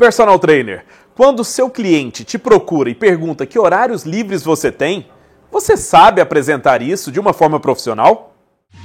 Personal Trainer, quando o seu cliente te procura e pergunta que horários livres você tem, você sabe apresentar isso de uma forma profissional?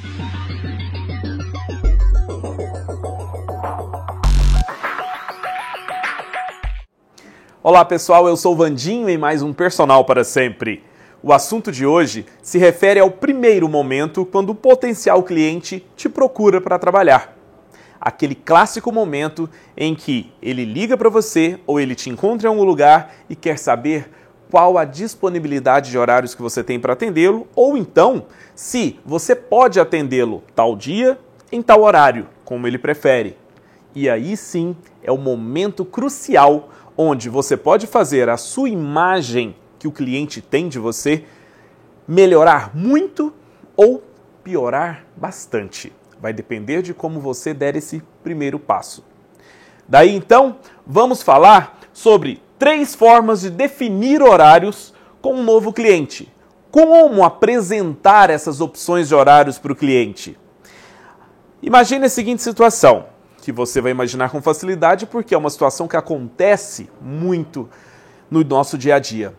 Olá pessoal, eu sou o Vandinho em mais um Personal para Sempre. O assunto de hoje se refere ao primeiro momento quando o potencial cliente te procura para trabalhar. Aquele clássico momento em que ele liga para você ou ele te encontra em algum lugar e quer saber qual a disponibilidade de horários que você tem para atendê-lo, ou então se você pode atendê-lo tal dia, em tal horário, como ele prefere. E aí sim é o momento crucial onde você pode fazer a sua imagem que o cliente tem de você melhorar muito ou piorar bastante. Vai depender de como você der esse primeiro passo. Daí então, vamos falar sobre 3 formas de definir horários com um novo cliente. Como apresentar essas opções de horários para o cliente? Imagine a seguinte situação, que você vai imaginar com facilidade porque é uma situação que acontece muito no nosso dia a dia.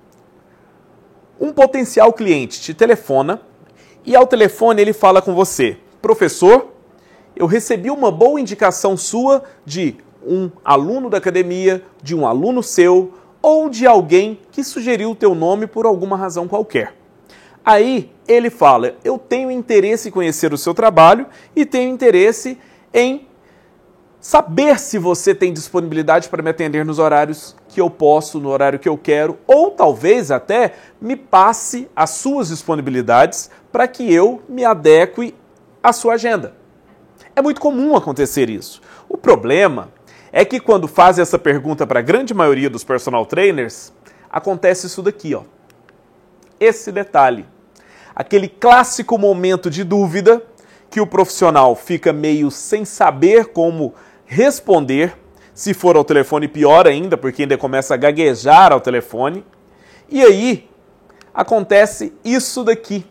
Um potencial cliente te telefona e ao telefone ele fala com você: professor, eu recebi uma boa indicação sua de um aluno da academia, de um aluno seu ou de alguém que sugeriu o teu nome por alguma razão qualquer. Aí ele fala: eu tenho interesse em conhecer o seu trabalho e tenho interesse em saber se você tem disponibilidade para me atender nos horários que eu posso, no horário que eu quero, ou talvez até me passe as suas disponibilidades para que eu me adeque à sua agenda. É muito comum acontecer isso. O problema é que quando fazem essa pergunta para a grande maioria dos personal trainers, acontece isso daqui, ó. Esse detalhe. Aquele clássico momento de dúvida que o profissional fica meio sem saber como responder, se for ao telefone pior ainda, porque ainda começa a gaguejar ao telefone. E aí acontece isso daqui.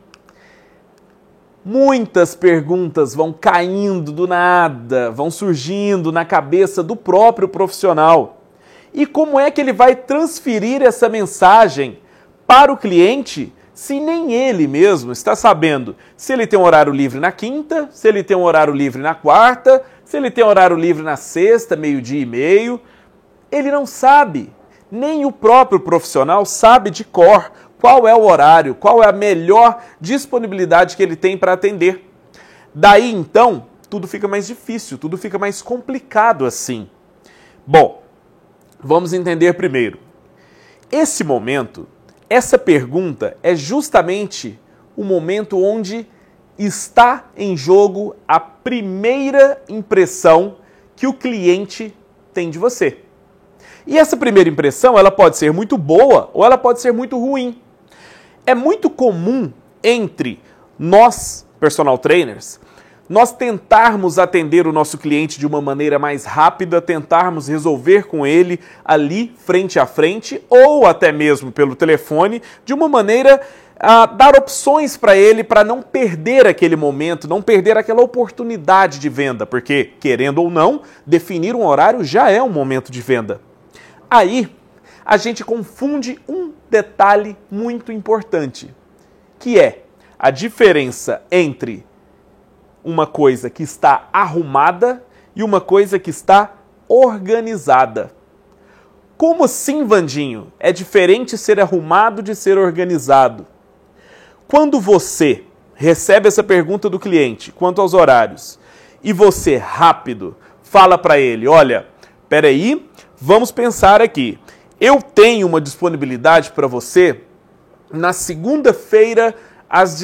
Muitas perguntas vão caindo do nada, vão surgindo na cabeça do próprio profissional. E como é que ele vai transferir essa mensagem para o cliente se nem ele mesmo está sabendo se ele tem um horário livre na quinta, se ele tem um horário livre na quarta, se ele tem um horário livre na sexta, 12:30? Ele não sabe. Nem o próprio profissional sabe de cor qual é o horário, qual é a melhor disponibilidade que ele tem para atender. Daí, então, tudo fica mais difícil, tudo fica mais complicado assim. Bom, vamos entender primeiro. Esse momento, essa pergunta é justamente o momento onde está em jogo a primeira impressão que o cliente tem de você. E essa primeira impressão, ela pode ser muito boa ou ela pode ser muito ruim. É muito comum entre nós, personal trainers, nós tentarmos atender o nosso cliente de uma maneira mais rápida, tentarmos resolver com ele ali frente a frente ou até mesmo pelo telefone, de uma maneira a dar opções para ele para não perder aquele momento, não perder aquela oportunidade de venda, porque, querendo ou não, definir um horário já é um momento de venda. Aí, a gente confunde um detalhe muito importante, que é a diferença entre uma coisa que está arrumada e uma coisa que está organizada. Como assim, Vandinho? É diferente ser arrumado de ser organizado. Quando você recebe essa pergunta do cliente quanto aos horários e você rápido fala para ele: olha, peraí, vamos pensar aqui. Eu tenho uma disponibilidade para você na segunda-feira às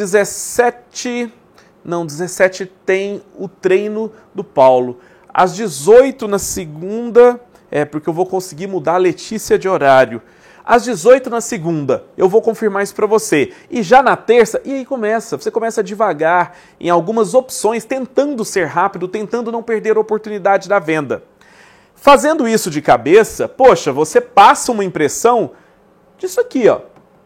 17... Não, 17 tem o treino do Paulo. Às 18 na segunda... porque eu vou conseguir mudar a Letícia de horário. Às 18 na segunda, eu vou confirmar isso para você. E já na terça, e aí você começa devagar em algumas opções, tentando ser rápido, tentando não perder a oportunidade da venda. Fazendo isso de cabeça, poxa, você passa uma impressão disso aqui, ó.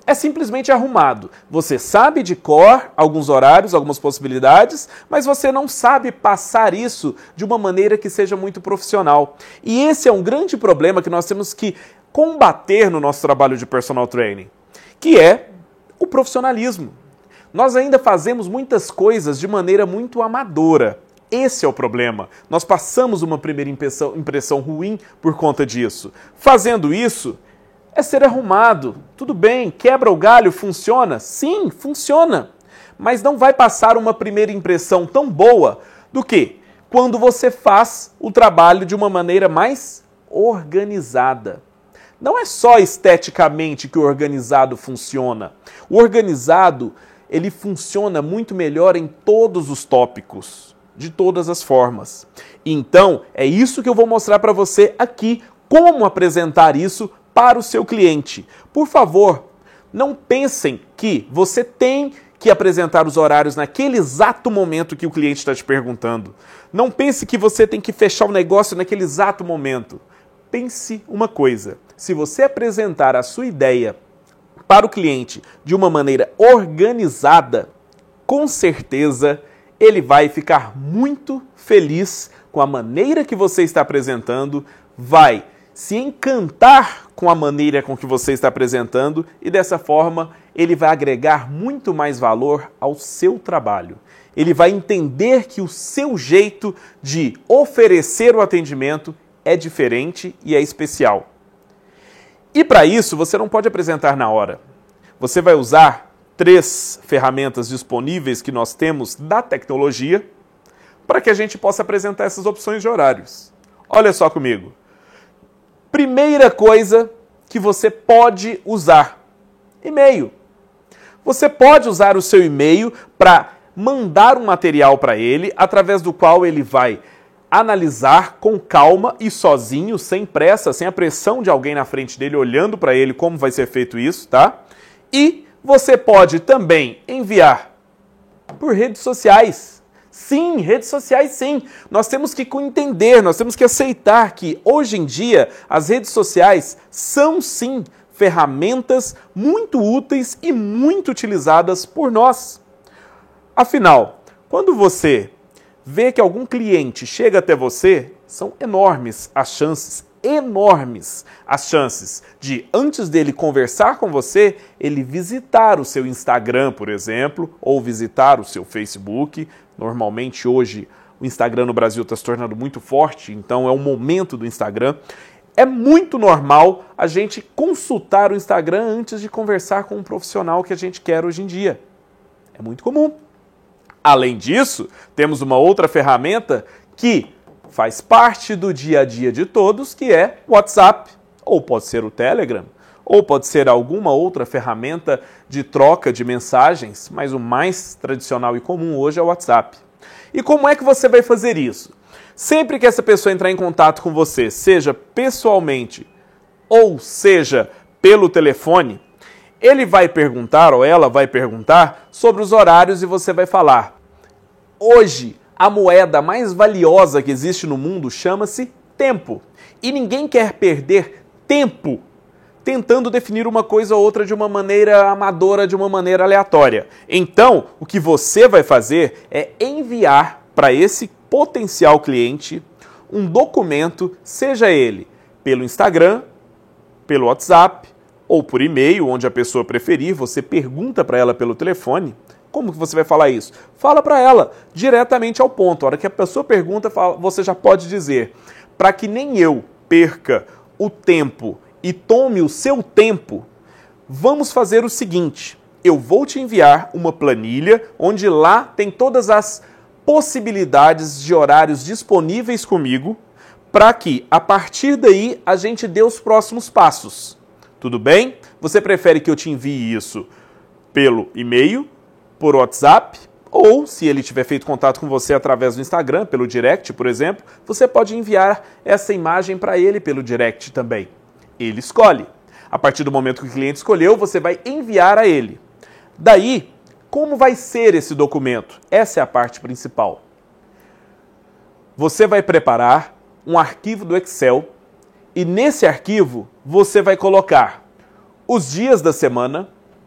é simplesmente arrumado. Você sabe de cor alguns horários, algumas possibilidades, mas você não sabe passar isso de uma maneira que seja muito profissional. E esse é um grande problema que nós temos que combater no nosso trabalho de personal training, que é o profissionalismo. Nós ainda fazemos muitas coisas de maneira muito amadora. Esse é o problema. Nós passamos uma primeira impressão ruim por conta disso. Fazendo isso, é ser arrumado. Tudo bem, quebra o galho, funciona? Sim, funciona. Mas não vai passar uma primeira impressão tão boa do que quando você faz o trabalho de uma maneira mais organizada. Não é só esteticamente que o organizado funciona. O organizado, ele funciona muito melhor em todos os tópicos, de todas as formas. Então, é isso que eu vou mostrar para você aqui, como apresentar isso para o seu cliente. Por favor, não pensem que você tem que apresentar os horários naquele exato momento que o cliente está te perguntando. Não pense que você tem que fechar o negócio naquele exato momento. Pense uma coisa, se você apresentar a sua ideia para o cliente de uma maneira organizada, com certeza ele vai ficar muito feliz com a maneira que você está apresentando, vai se encantar com a maneira com que você está apresentando e dessa forma ele vai agregar muito mais valor ao seu trabalho. Ele vai entender que o seu jeito de oferecer o atendimento é diferente e é especial. E para isso você não pode apresentar na hora. Você vai usar 3 ferramentas disponíveis que nós temos da tecnologia para que a gente possa apresentar essas opções de horários. Olha só comigo. Primeira coisa que você pode usar, e-mail. Você pode usar o seu e-mail para mandar um material para ele, através do qual ele vai analisar com calma e sozinho, sem pressa, sem a pressão de alguém na frente dele, olhando para ele como vai ser feito isso, tá? E você pode também enviar por redes sociais. Sim, redes sociais sim. Nós temos que entender, nós temos que aceitar que hoje em dia as redes sociais são sim ferramentas muito úteis e muito utilizadas por nós. Afinal, quando você vê que algum cliente chega até você, são enormes as chances de, antes dele conversar com você, ele visitar o seu Instagram, por exemplo, ou visitar o seu Facebook. Normalmente hoje o Instagram no Brasil está se tornando muito forte, então é o momento do Instagram. É muito normal a gente consultar o Instagram antes de conversar com um profissional que a gente quer hoje em dia. É muito comum. Além disso, temos uma outra ferramenta que faz parte do dia a dia de todos, que é o WhatsApp, ou pode ser o Telegram, ou pode ser alguma outra ferramenta de troca de mensagens, mas o mais tradicional e comum hoje é o WhatsApp. E como é que você vai fazer isso? Sempre que essa pessoa entrar em contato com você, seja pessoalmente ou seja pelo telefone, ele vai perguntar ou ela vai perguntar sobre os horários e você vai falar: hoje, a moeda mais valiosa que existe no mundo chama-se tempo. E ninguém quer perder tempo tentando definir uma coisa ou outra de uma maneira amadora, de uma maneira aleatória. Então, o que você vai fazer é enviar para esse potencial cliente um documento, seja ele pelo Instagram, pelo WhatsApp ou por e-mail, onde a pessoa preferir. Você pergunta para ela pelo telefone. Como que você vai falar isso? Fala para ela diretamente ao ponto. A hora que a pessoa pergunta, você já pode dizer: para que nem eu perca o tempo e tome o seu tempo, vamos fazer o seguinte: eu vou te enviar uma planilha onde lá tem todas as possibilidades de horários disponíveis comigo, para que a partir daí a gente dê os próximos passos. Tudo bem? Você prefere que eu te envie isso pelo e-mail, por WhatsApp, ou se ele tiver feito contato com você através do Instagram, pelo direct, por exemplo, você pode enviar essa imagem para ele pelo direct também. Ele escolhe. A partir do momento que o cliente escolheu, você vai enviar a ele. Daí, como vai ser esse documento? Essa é a parte principal. Você vai preparar um arquivo do Excel e nesse arquivo você vai colocar os dias da semana,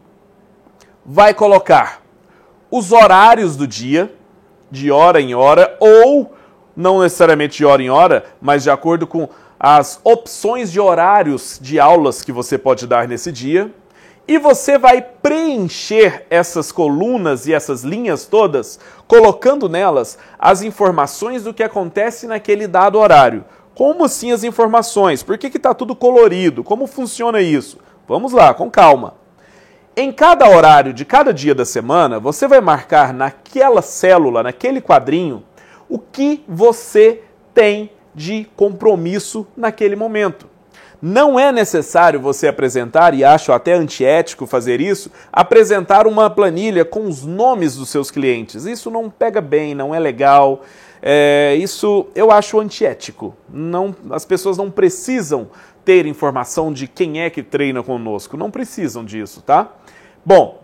vai colocar os horários do dia, de hora em hora, ou não necessariamente de hora em hora, mas de acordo com as opções de horários de aulas que você pode dar nesse dia. E você vai preencher essas colunas e essas linhas todas, colocando nelas as informações do que acontece naquele dado horário. Como assim as informações? Por que está tudo colorido? Como funciona isso? Vamos lá, com calma. Em cada horário de cada dia da semana, você vai marcar naquela célula, naquele quadrinho, o que você tem de compromisso naquele momento. Não é necessário você apresentar, e acho até antiético fazer isso, apresentar uma planilha com os nomes dos seus clientes. Isso não pega bem, não é legal. Isso eu acho antiético. As pessoas não precisam ter informação de quem é que treina conosco. Não precisam disso, tá? Bom,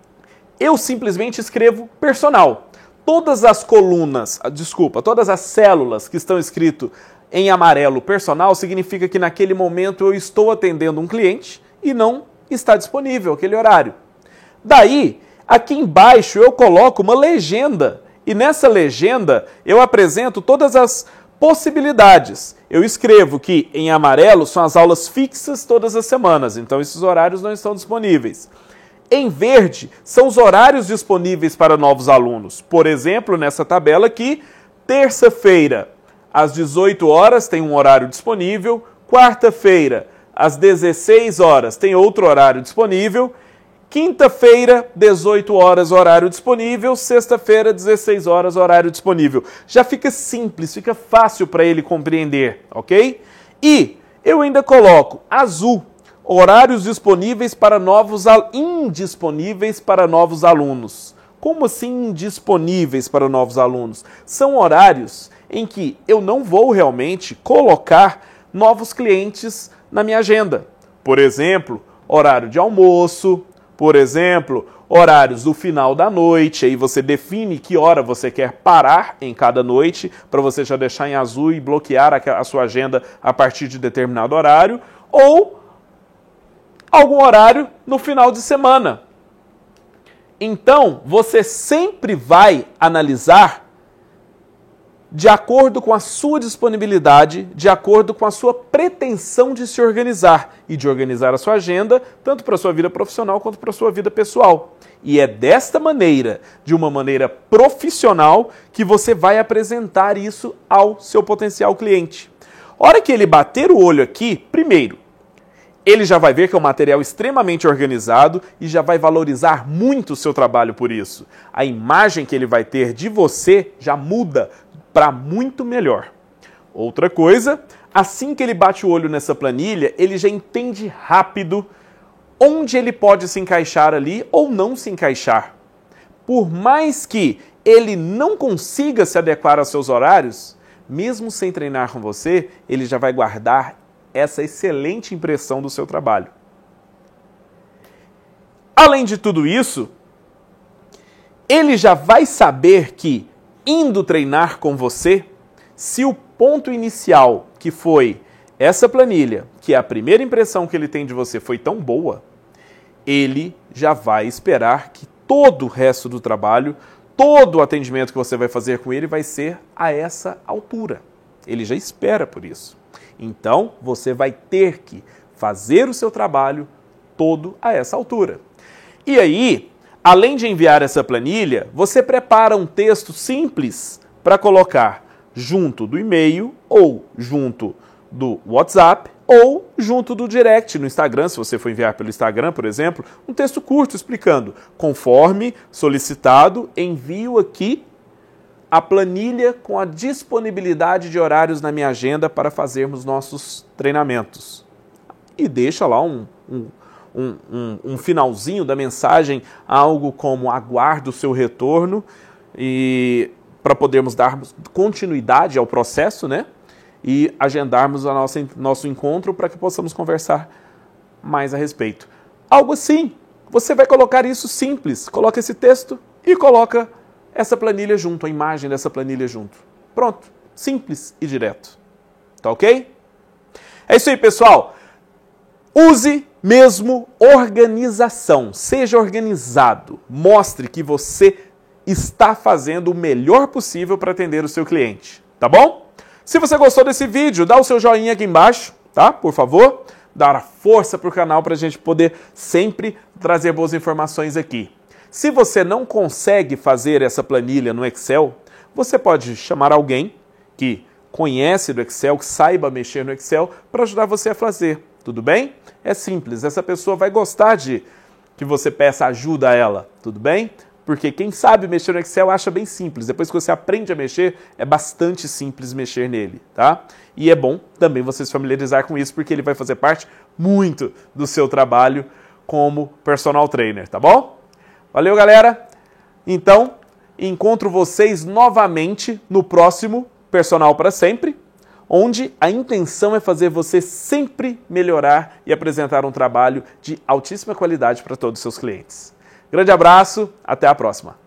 eu simplesmente escrevo personal. Todas as colunas, todas as células que estão escritas em amarelo personal significa que naquele momento eu estou atendendo um cliente e não está disponível aquele horário. Daí, aqui embaixo eu coloco uma legenda e nessa legenda eu apresento todas as possibilidades. Eu escrevo que em amarelo são as aulas fixas todas as semanas, então esses horários não estão disponíveis. Em verde são os horários disponíveis para novos alunos. Por exemplo, nessa tabela aqui, terça-feira, às 18 horas tem um horário disponível, quarta-feira, às 16 horas tem outro horário disponível, quinta-feira, 18 horas, horário disponível, sexta-feira, 16 horas, horário disponível. Já fica simples, fica fácil para ele compreender, ok? E eu ainda coloco azul, horários disponíveis para indisponíveis para novos alunos. Como assim indisponíveis para novos alunos? São horários em que eu não vou realmente colocar novos clientes na minha agenda. Por exemplo, horário de almoço, por exemplo, horários do final da noite, aí você define que hora você quer parar em cada noite, para você já deixar em azul e bloquear a sua agenda a partir de determinado horário, ou algum horário no final de semana. Então, você sempre vai analisar de acordo com a sua disponibilidade, de acordo com a sua pretensão de se organizar e de organizar a sua agenda, tanto para a sua vida profissional quanto para a sua vida pessoal. E é desta maneira, de uma maneira profissional, que você vai apresentar isso ao seu potencial cliente. A hora que ele bater o olho aqui, primeiro, ele já vai ver que é um material extremamente organizado e já vai valorizar muito o seu trabalho por isso. A imagem que ele vai ter de você já muda para muito melhor. Outra coisa, assim que ele bate o olho nessa planilha, ele já entende rápido onde ele pode se encaixar ali ou não se encaixar. Por mais que ele não consiga se adequar aos seus horários, mesmo sem treinar com você, ele já vai guardar essa excelente impressão do seu trabalho. Além de tudo isso, ele já vai saber que, indo treinar com você, se o ponto inicial, que foi essa planilha, que é a primeira impressão que ele tem de você, foi tão boa, ele já vai esperar que todo o resto do trabalho, todo o atendimento que você vai fazer com ele vai ser a essa altura. Ele já espera por isso. Então, você vai ter que fazer o seu trabalho todo a essa altura. E aí, além de enviar essa planilha, você prepara um texto simples para colocar junto do e-mail ou junto do WhatsApp ou junto do direct no Instagram, se você for enviar pelo Instagram, por exemplo, um texto curto explicando, conforme solicitado, envio aqui a planilha com a disponibilidade de horários na minha agenda para fazermos nossos treinamentos. E deixa lá um finalzinho da mensagem, algo como aguardo o seu retorno, e para podermos dar continuidade ao processo, né? E agendarmos nosso encontro para que possamos conversar mais a respeito. Algo assim. Você vai colocar isso simples. Coloca esse texto e coloca essa planilha junto, a imagem dessa planilha junto. Pronto. Simples e direto. Tá ok? É isso aí, pessoal. Use mesmo organização. Seja organizado. Mostre que você está fazendo o melhor possível para atender o seu cliente, tá bom? Se você gostou desse vídeo, dá o seu joinha aqui embaixo, tá? Por favor, dá força para o canal para a gente poder sempre trazer boas informações aqui. Se você não consegue fazer essa planilha no Excel, você pode chamar alguém que conhece do Excel, que saiba mexer no Excel, para ajudar você a fazer, tudo bem? É simples, essa pessoa vai gostar de que você peça ajuda a ela, tudo bem? Porque quem sabe mexer no Excel acha bem simples. Depois que você aprende a mexer, é bastante simples mexer nele, tá? E é bom também você se familiarizar com isso, porque ele vai fazer parte muito do seu trabalho como personal trainer, tá bom? Valeu, galera! Então, encontro vocês novamente no próximo Personal para Sempre, onde a intenção é fazer você sempre melhorar e apresentar um trabalho de altíssima qualidade para todos os seus clientes. Grande abraço, até a próxima!